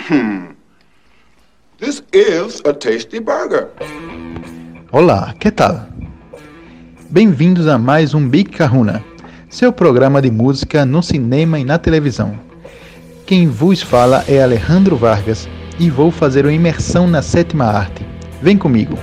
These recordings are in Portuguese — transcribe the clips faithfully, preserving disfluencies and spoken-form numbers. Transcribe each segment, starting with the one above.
Mmm. This is a tasty burger. Olá, que tal? Bem-vindos a mais um Big Kahuna, seu programa de música no cinema e na televisão. Quem vos fala é Alejandro Vargas e vou fazer uma imersão na sétima arte. Vem comigo!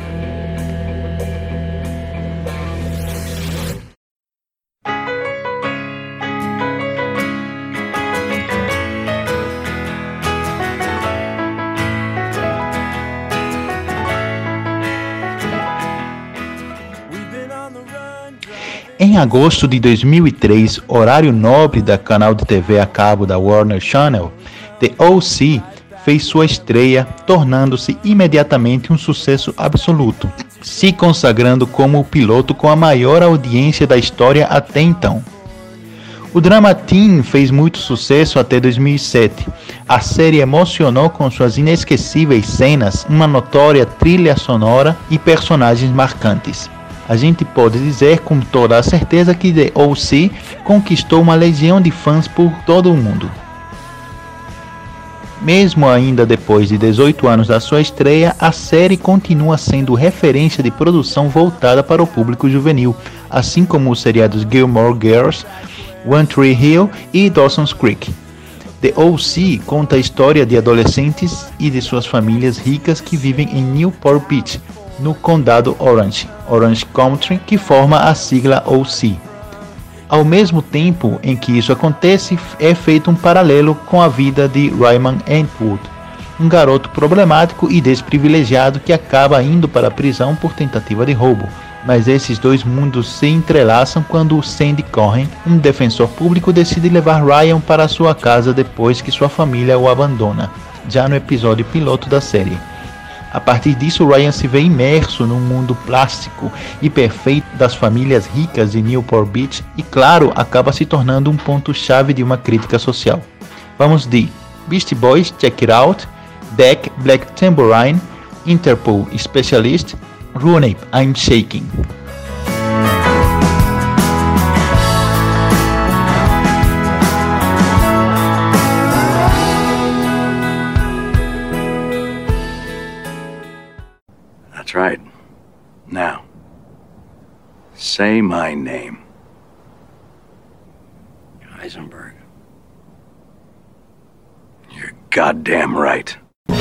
Em agosto de dois mil e três, horário nobre da canal de T V a cabo da Warner Channel, The O C fez sua estreia, tornando-se imediatamente um sucesso absoluto, se consagrando como o piloto com a maior audiência da história até então. O drama teen fez muito sucesso até dois mil e sete. A série emocionou com suas inesquecíveis cenas, uma notória trilha sonora e personagens marcantes. A gente pode dizer com toda a certeza que The O C conquistou uma legião de fãs por todo o mundo. Mesmo ainda depois de dezoito anos da sua estreia, a série continua sendo referência de produção voltada para o público juvenil, assim como os seriados Gilmore Girls, One Tree Hill e Dawson's Creek. The O C conta a história de adolescentes e de suas famílias ricas que vivem em Newport Beach, no condado Orange, Orange County, que forma a sigla O C. Ao mesmo tempo em que isso acontece, é feito um paralelo com a vida de Raymond Atwood, um garoto problemático e desprivilegiado que acaba indo para a prisão por tentativa de roubo. Mas esses dois mundos se entrelaçam quando Sandy Cohen, um defensor público, decide levar Ryan para sua casa depois que sua família o abandona, já no episódio piloto da série. A partir disso, Ryan se vê imerso num mundo plástico e perfeito das famílias ricas de Newport Beach e, claro, acaba se tornando um ponto-chave de uma crítica social. Vamos de Beastie Boys, Check It Out, Deck, Black Tambourine, Interpol, Specialist, Rooney, I'm Shaking. That's right. Now, say my name. Heisenberg. You're goddamn right.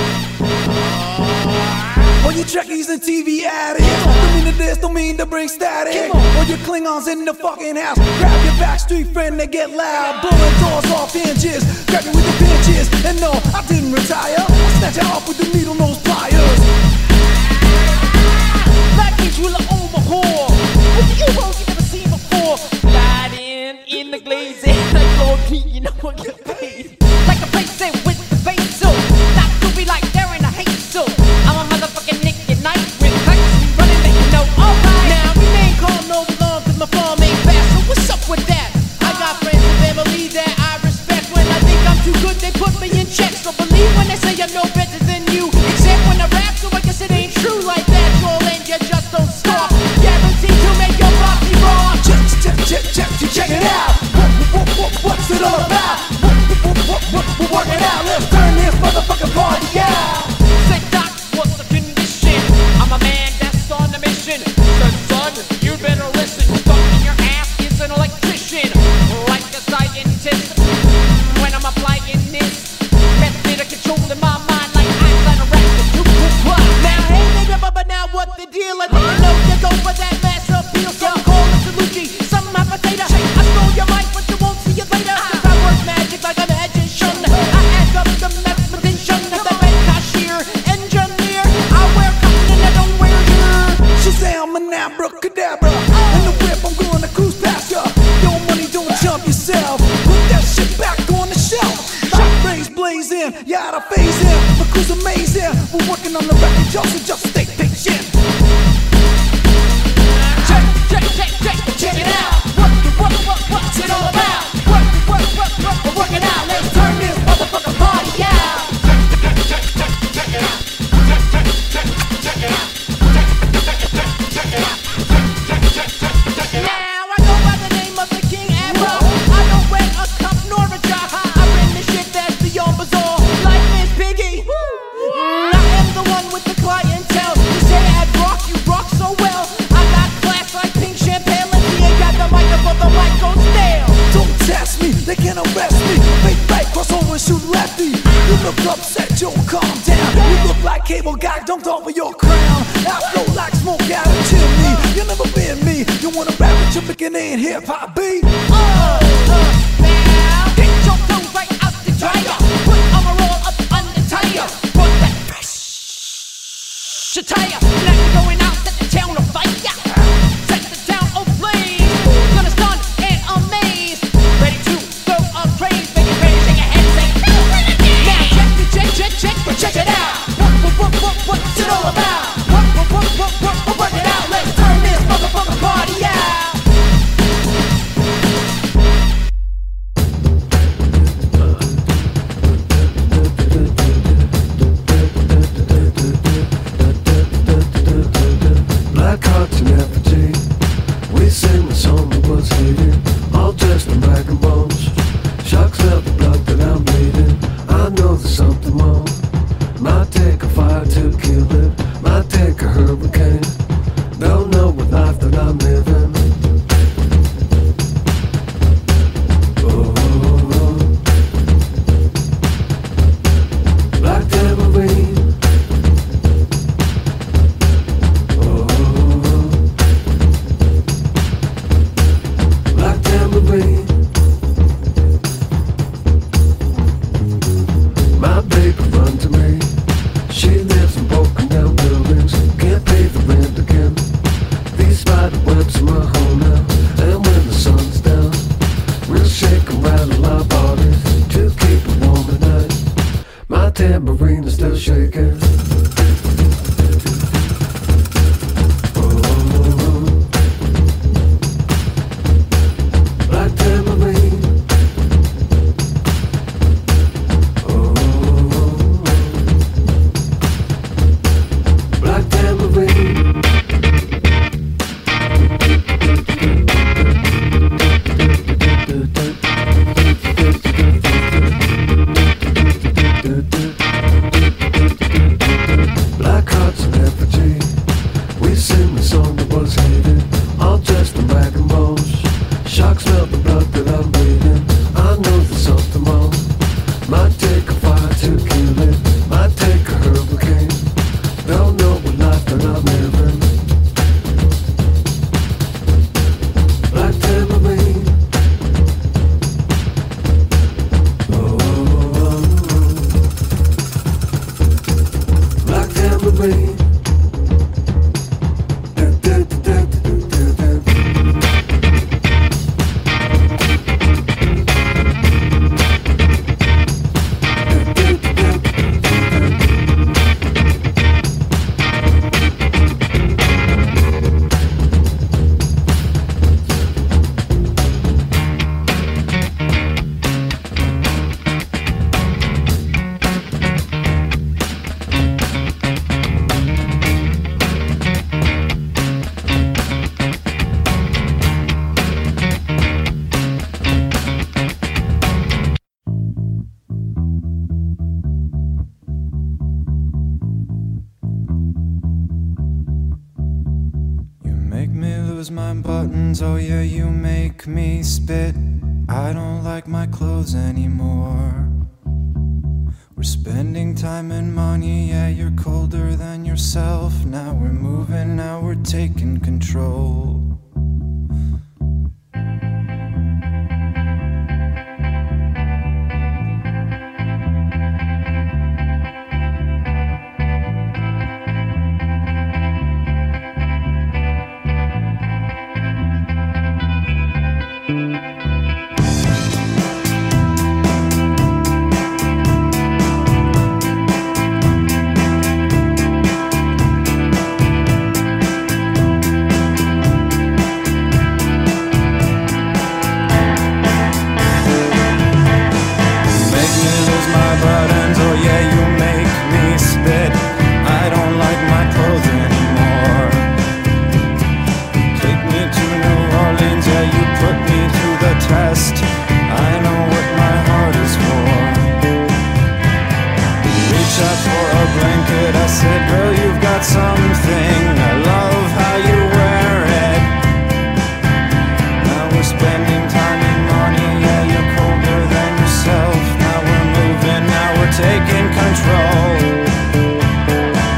All you Trekkies and T V addicts, don't mean to this, don't mean to bring static. All you Klingons in the fucking house, grab your backstreet friend, they get loud, blowing doors off hinges, grab you with the pinches. And no, I didn't retire, I snatch it off with the needle nose pliers. Will overhaul with the U-boats you never seen before. Gliding in the glazing like Lord King, you know what get paid. Like a place with the face so not to be like they're in a hate so I'm a motherfucking Nick at night with kites running that you know. Alright, now we ain't call no alarm cause my farm ain't fast. So what's up with that? I got friends and family that I respect. When I think I'm too good they put me in check. So believe when they say I'm no better than you, except when I rap, so I guess it ain't true like that. Troll and you just don't stop. Guaranteed to make your body raw. Check, check, check, check, check, check it out. What, what, what, what's it all about? What, what, what, what, we're working out. Let's turn this motherfucking party out. Say, Doc, what's the condition? I'm a man that's on a mission. Said, son, you better listen. Fucking your ass is an electrician, like a scientist. When I'm applying this method of controlling my mind, like Einstein or Rack. Now, hey, nigga, but now what the deal? I think you know you go for that mass appeal. Some call it Saluki, some have a data. I stole your mic, but you won't see it later. Cause I work magic like a magician. I add up the mathematician, the bank cashier, engineer. I wear cotton and I don't wear gear. Shazam and abracadabra. In the whip, I'm gonna cruise past ya. Your money, don't jump yourself. Put that shit back on the shelf. Shot rays blazing, yeah, I phase in. My crew's amazing. We're working on the record, y'all, so just stay patient. Check, check, check, check, check it out. What, what, what, what's it all about? What, what, what, what, we're working out. Let's turn this motherfucking party out. Check, check, check, check, check it out. Check, check, check, check it out. Check, check, check, check it out. Check, check, check, check, check it out. Now I go by the name of the King Abra. I don't wear a cup nor a jar. I bring the shit that's beyond bizarre. Life is piggy. cable guy dumped over your crown. I flow like smoke out of chimney. You'll never be me. You wanna rap with your beginning hip hop beat? Uh, uh, now get your clothes right out the dryer. Put on a roll up on the tire. Put that fresh attire. Like you're going out, set the town on fire. Set the town ablaze. Gonna stun and amaze. Ready to go on craze. Make it ready, shake your head, say now check it, check, check, check, but check it out. What, what, what, what, what's it all about? What, what, what, what, what, what, work it out. Let's turn this motherfucker party out. Black hearts in effigy. We sing the song that was hated. All dressed in rag and bones. Sharks felt the blood that I'm bleeding. I know there's something wrong. Might take a fire to kill it. Might take a hurricane. Don't know what life that I'm living. Oh, oh, oh. Black tambourine. Oh, oh, oh. Black tambourine. My baby run to me. She lives in broken down buildings. Can't pay the rent again. These spider webs are my home now. And when the sun's down, we'll shake and rattle our bodies to keep it warm at night. My tambourine is still shaking. Oh, oh, oh. Black tambourine. Oh, oh, oh. Black tambourine. Black hearts in effigy. We sing the song that was hated. All dressed in rag and bones. Sharks smell the blood that I'm bleeding. I know there's something wrong. Might take a fire to kill it. Might take a hurricane. Don't know what life that I'm living. Black tambourine. Oh, oh, oh. Black tambourine. Da, da, da, da, da, da, da. You make me lose my buttons, oh yeah, you make me spit. I don't like my clothes anymore. We're spending time and money, yeah, you're colder than yourself. Now we're moving, now we're taking control. taking control.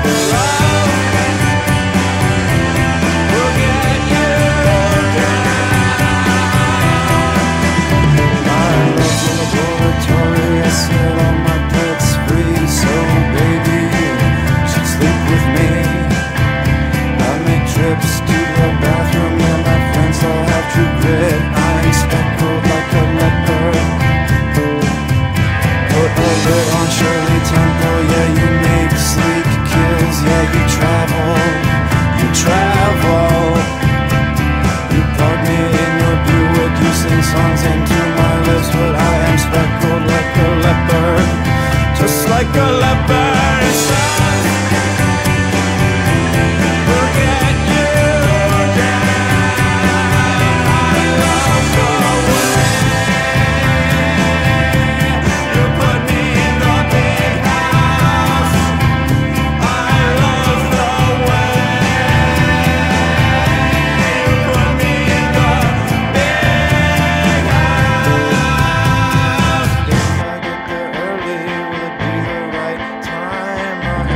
If I get there early, will it be the right time? Or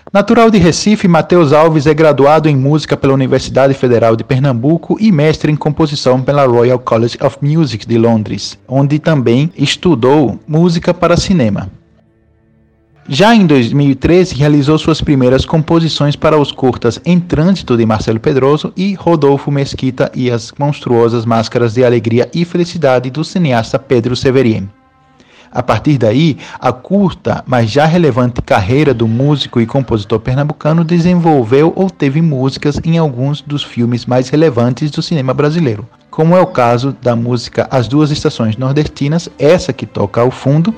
Natural de Recife, Matheus Alves é graduado em música pela Universidade Federal de Pernambuco e mestre em composição pela Royal College of Music de Londres, onde também estudou música para cinema. Já em dois mil e treze, realizou suas primeiras composições para os curtas Em Trânsito, de Marcelo Pedroso, e Rodolfo Mesquita e as Monstruosas Máscaras de Alegria e Felicidade, do cineasta Pedro Severien. A partir daí, a curta, mas já relevante carreira do músico e compositor pernambucano desenvolveu ou teve músicas em alguns dos filmes mais relevantes do cinema brasileiro, como é o caso da música As Duas Estações Nordestinas, essa que toca ao fundo,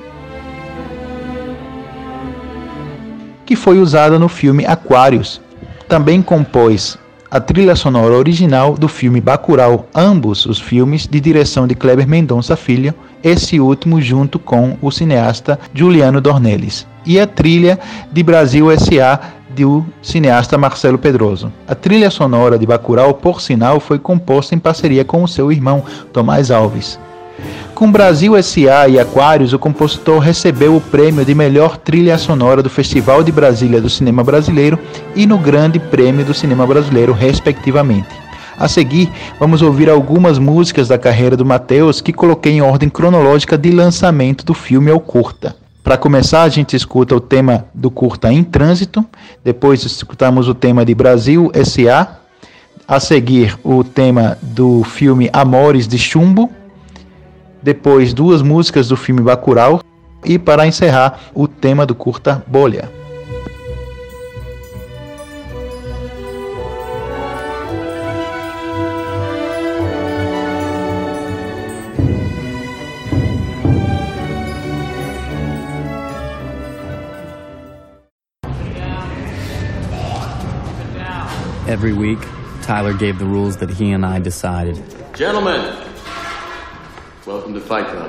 que foi usada no filme Aquários. Também compôs a trilha sonora original do filme Bacurau, ambos os filmes de direção de Kleber Mendonça Filho, esse último junto com o cineasta Juliano Dornelles, e a trilha de Brasil S A do cineasta Marcelo Pedroso. A trilha sonora de Bacurau, por sinal, foi composta em parceria com o seu irmão, Tomás Alves. Com Brasil S A e Aquários, o compositor recebeu o prêmio de melhor trilha sonora do Festival de Brasília do Cinema Brasileiro e no Grande Prêmio do Cinema Brasileiro, respectivamente. A seguir, vamos ouvir algumas músicas da carreira do Matheus que coloquei em ordem cronológica de lançamento do filme ao curta. Para começar, a gente escuta o tema do curta Em Trânsito, depois escutamos o tema de Brasil S A, a seguir o tema do filme Amores de Chumbo, depois duas músicas do filme Bacurau e, para encerrar, o tema do curta Bolha. Every week, Tyler gave the rules that he and I decided. Gentlemen, welcome to Fight Club.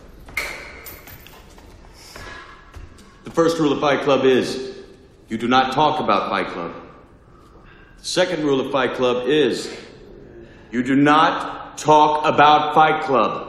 The first rule of Fight Club is, you do not talk about Fight Club. The second rule of Fight Club is, you do not talk about Fight Club.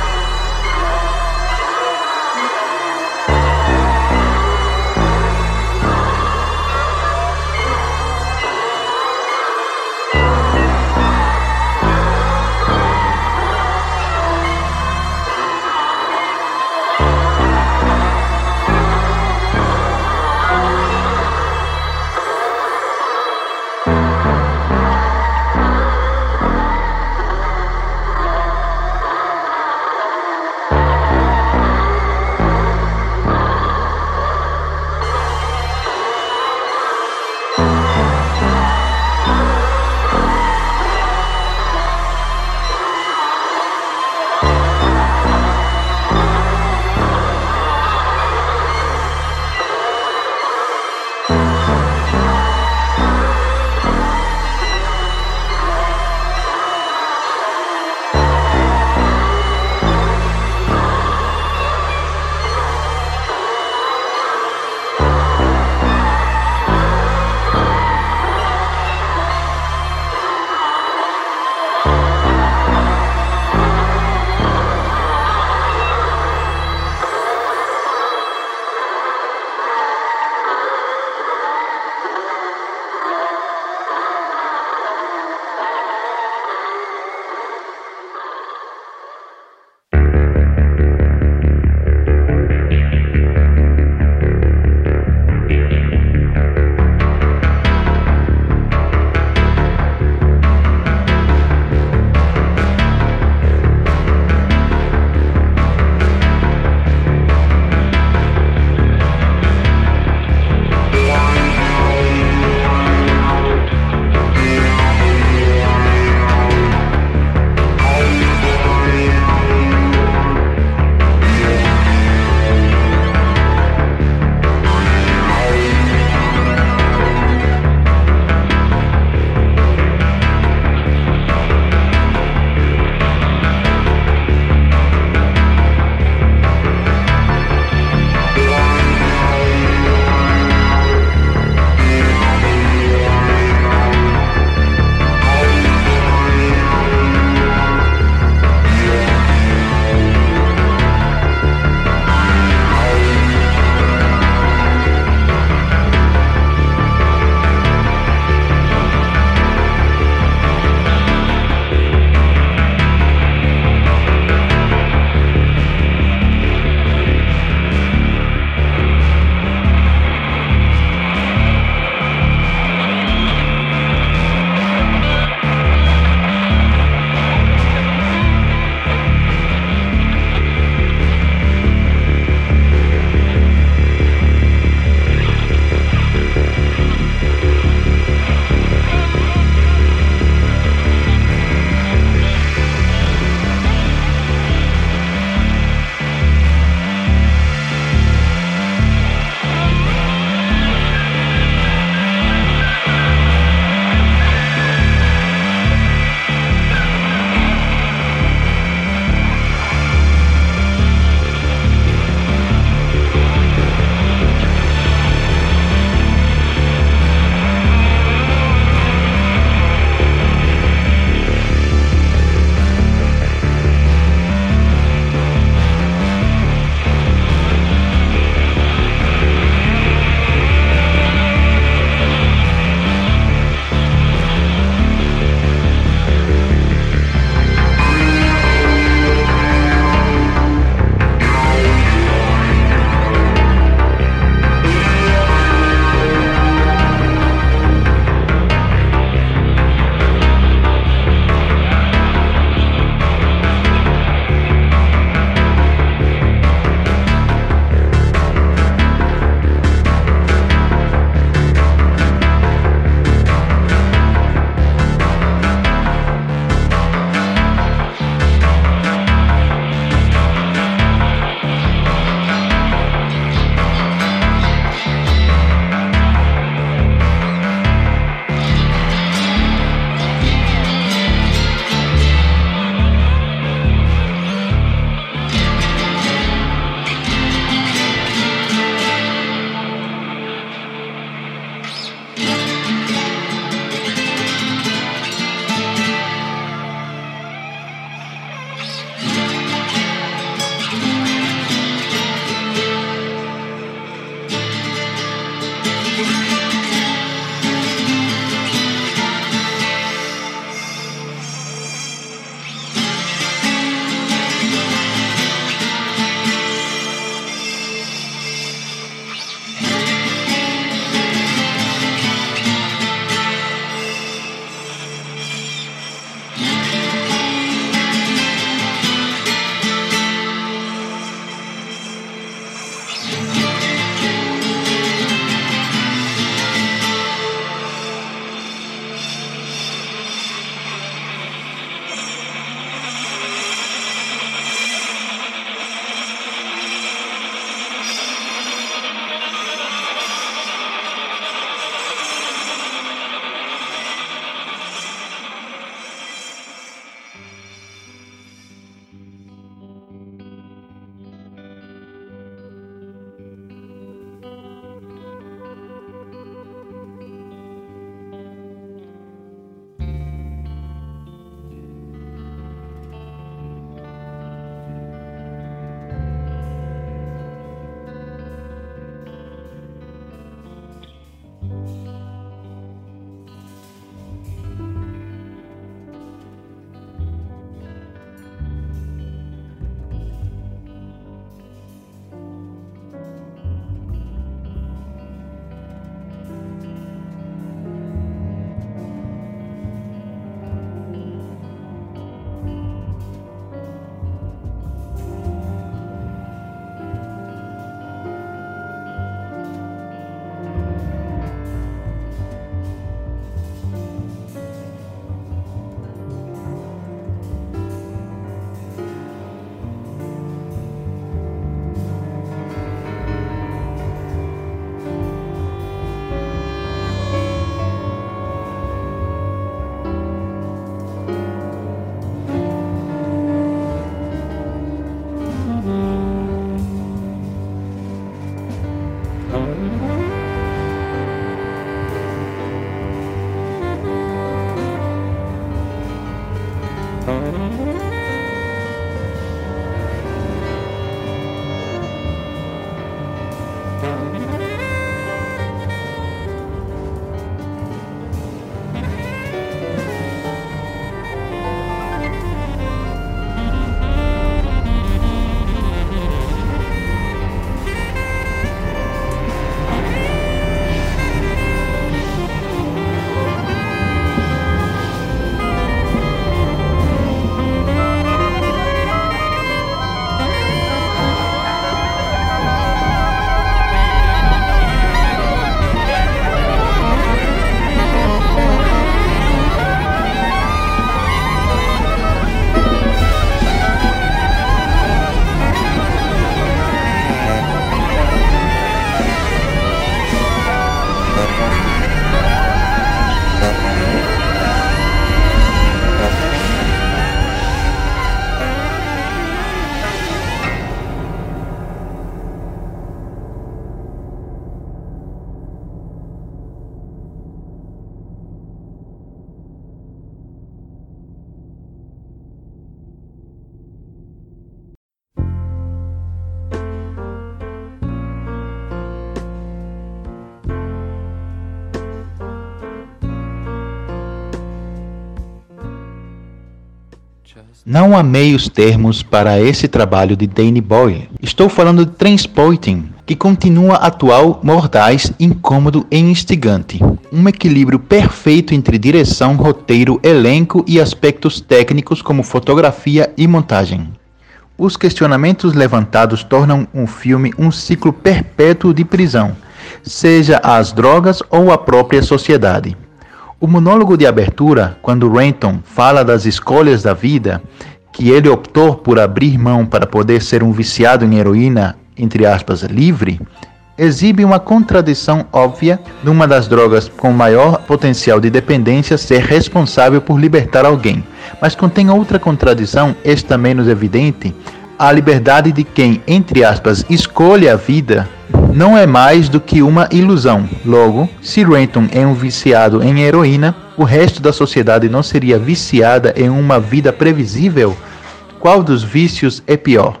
Não há meios termos para esse trabalho de Danny Boyle. Estou falando de Trainspotting, que continua atual, mordaz, incômodo e instigante. Um equilíbrio perfeito entre direção, roteiro, elenco e aspectos técnicos como fotografia e montagem. Os questionamentos levantados tornam um filme um ciclo perpétuo de prisão, seja as drogas ou a própria sociedade. O monólogo de abertura, quando Renton fala das escolhas da vida, que ele optou por abrir mão para poder ser um viciado em heroína, entre aspas, livre, exibe uma contradição óbvia numa das drogas com maior potencial de dependência ser responsável por libertar alguém, mas contém outra contradição, esta menos evidente, a liberdade de quem, entre aspas, escolhe a vida, não é mais do que uma ilusão. Logo, se Renton é um viciado em heroína, o resto da sociedade não seria viciada em uma vida previsível? Qual dos vícios é pior?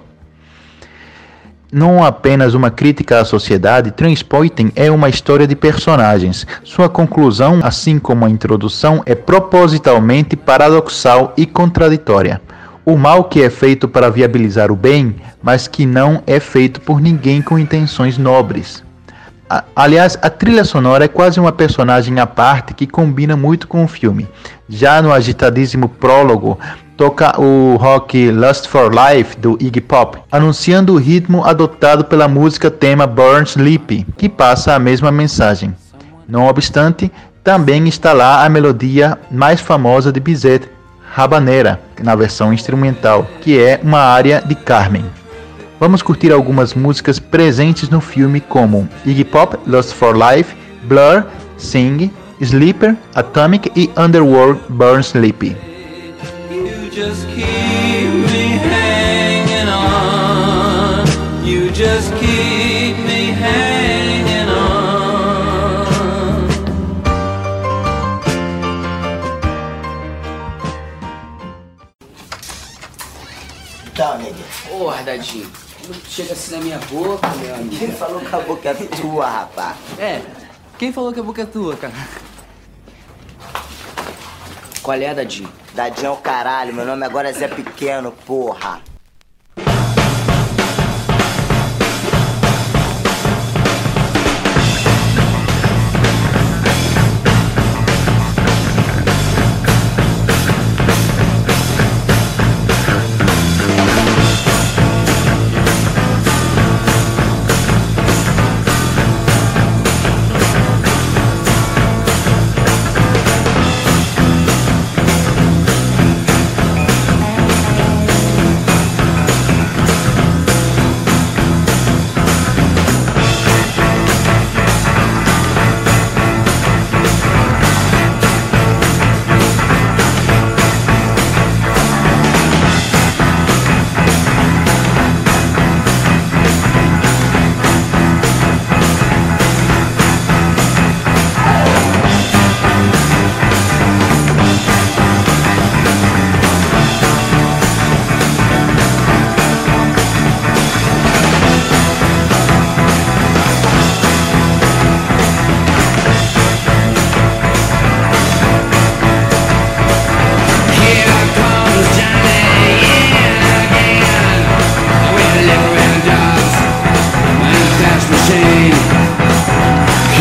Não apenas uma crítica à sociedade, Trainspotting é uma história de personagens. Sua conclusão, assim como a introdução, é propositalmente paradoxal e contraditória. O mal que é feito para viabilizar o bem, mas que não é feito por ninguém com intenções nobres. A, aliás, a trilha sonora é quase uma personagem à parte que combina muito com o filme. Já no agitadíssimo prólogo, toca o rock Lust for Life do Iggy Pop, anunciando o ritmo adotado pela música tema Burn Sleepy, que passa a mesma mensagem. Não obstante, também está lá a melodia mais famosa de Bizet, Habanera, na versão instrumental, que é uma área de Carmen. Vamos curtir algumas músicas presentes no filme como Iggy Pop, Lust for Life, Blur, Sing, Sleeper, Atomic e Underworld, Burn Sleepy. You just keep me hanging on. You just keep me hanging on. Então, neguinho. Porra, Dadinho, não chega assim na minha boca, meu amigo. Quem falou que a boca é tua, rapaz? É, quem falou que a boca é tua, cara? Qual é, Dadinho? Dadinho é o caralho, meu nome agora é Zé Pequeno, porra.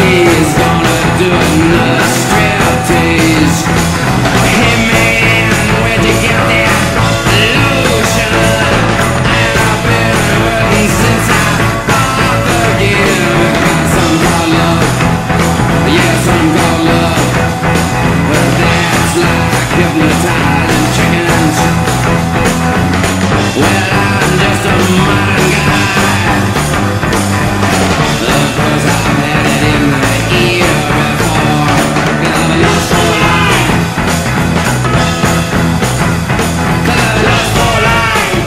He's gonna do another striptease. Hey man, where'd you get that lotion? I've been hurting since I bought the gear. Got some called love, yeah, some called love, but that's like hypnotizing chickens. Well, I'm just a modern guy. Of course I've had it in the ear before. Cause I've lost for life. Cause I've lost for life.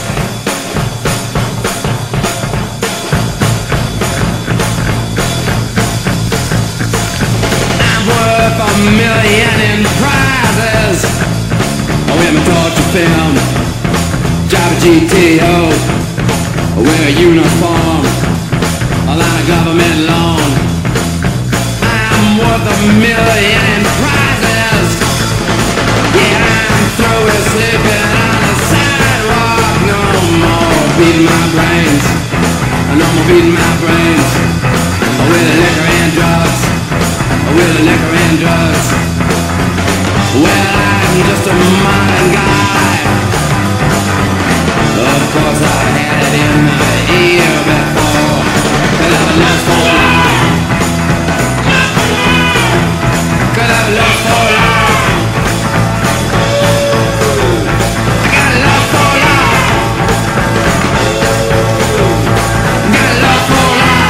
I'm worth a million in prizes. Wear my torture film, drive a G T O, wear a uniform, a lot of government loan. I'm worth a million in prizes. Yeah, I'm through with sleeping on the sidewalk. No more beating my brains. No more beating my brains. With the liquor and drugs. With the liquor and drugs. Well, I'm just a modern guy. Of course I had it in my ear before. Cause I've lost for life. Cause I've lost for life. I got lost for life. Got lost for life.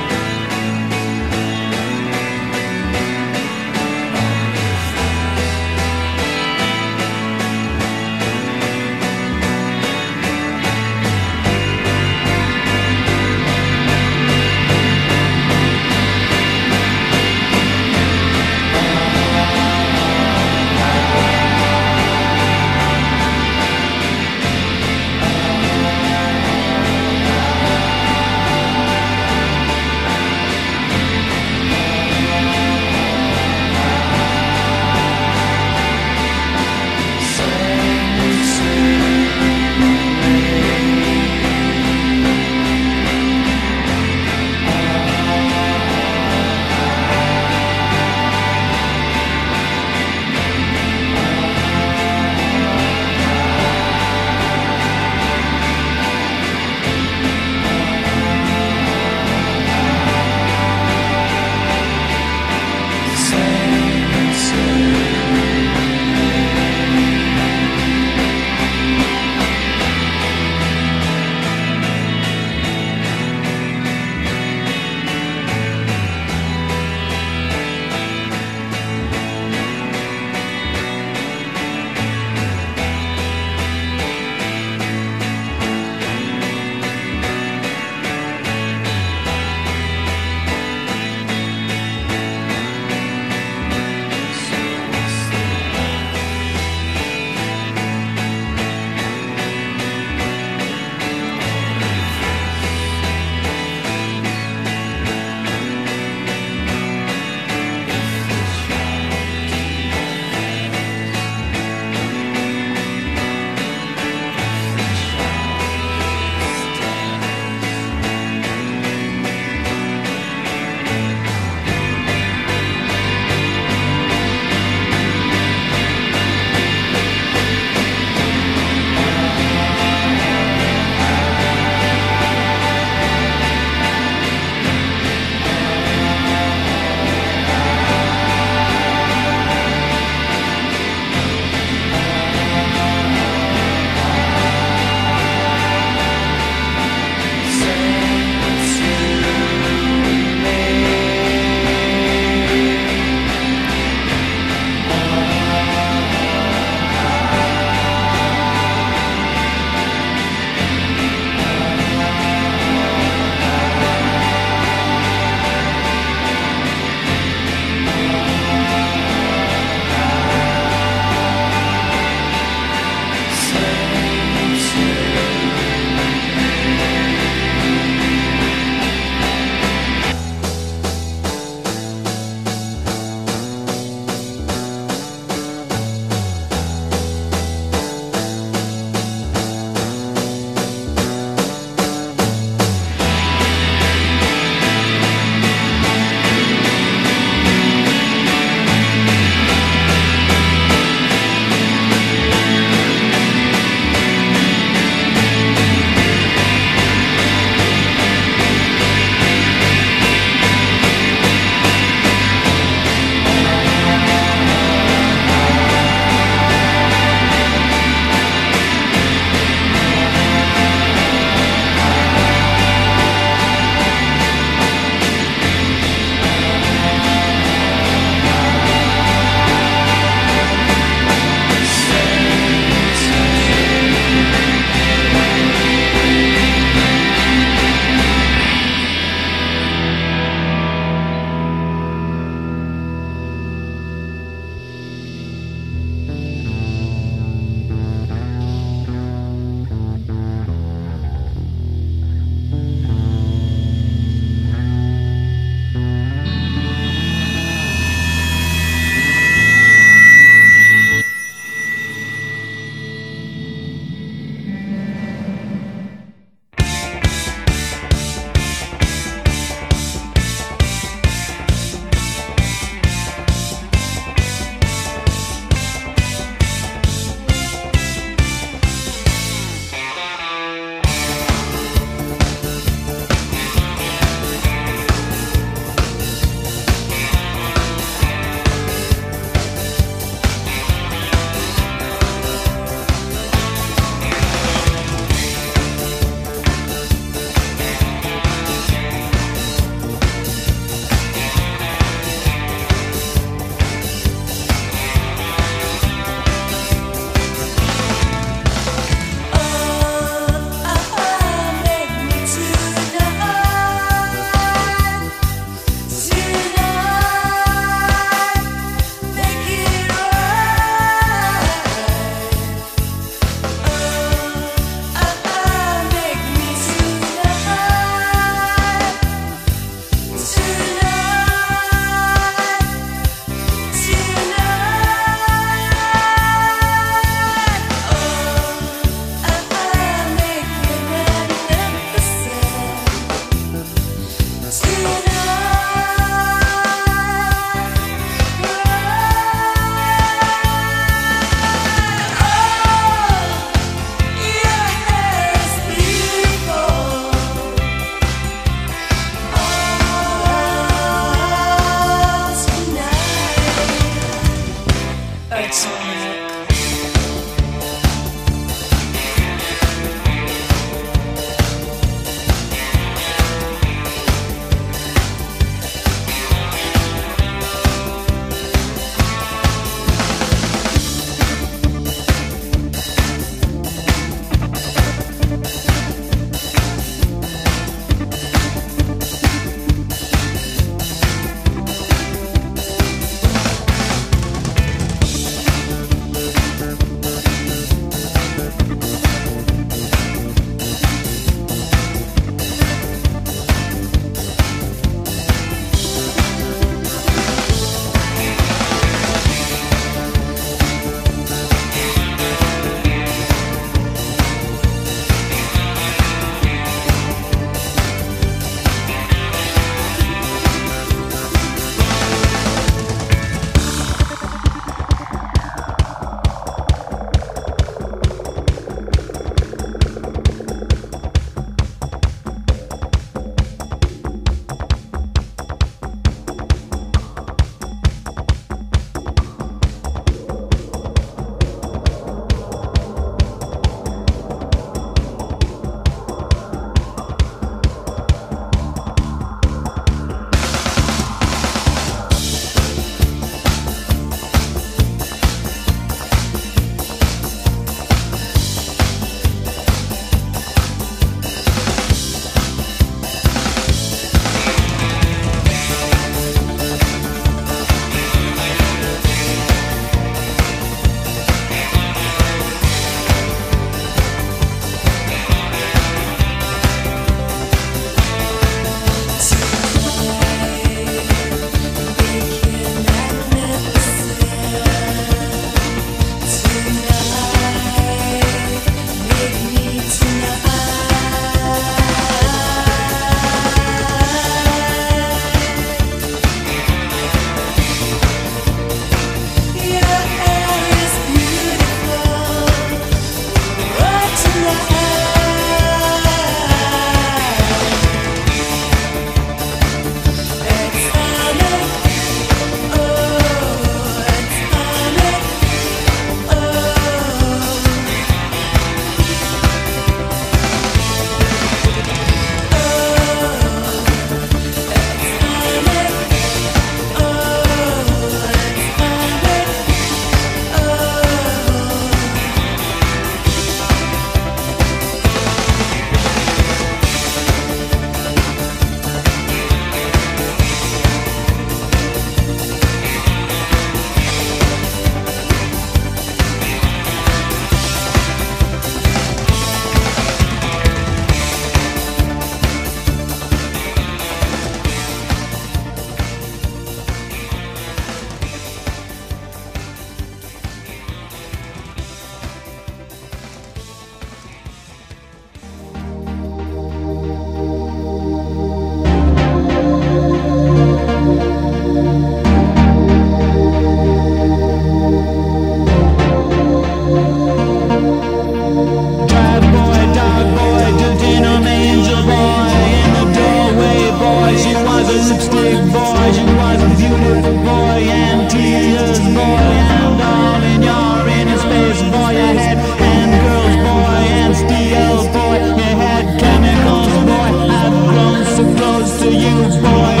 the lipstick boy, she was a beautiful boy, and tears boy, and all in your inner space boy, you had hand girls boy, and steel boy, you had chemicals boy, I've grown so close to you boy.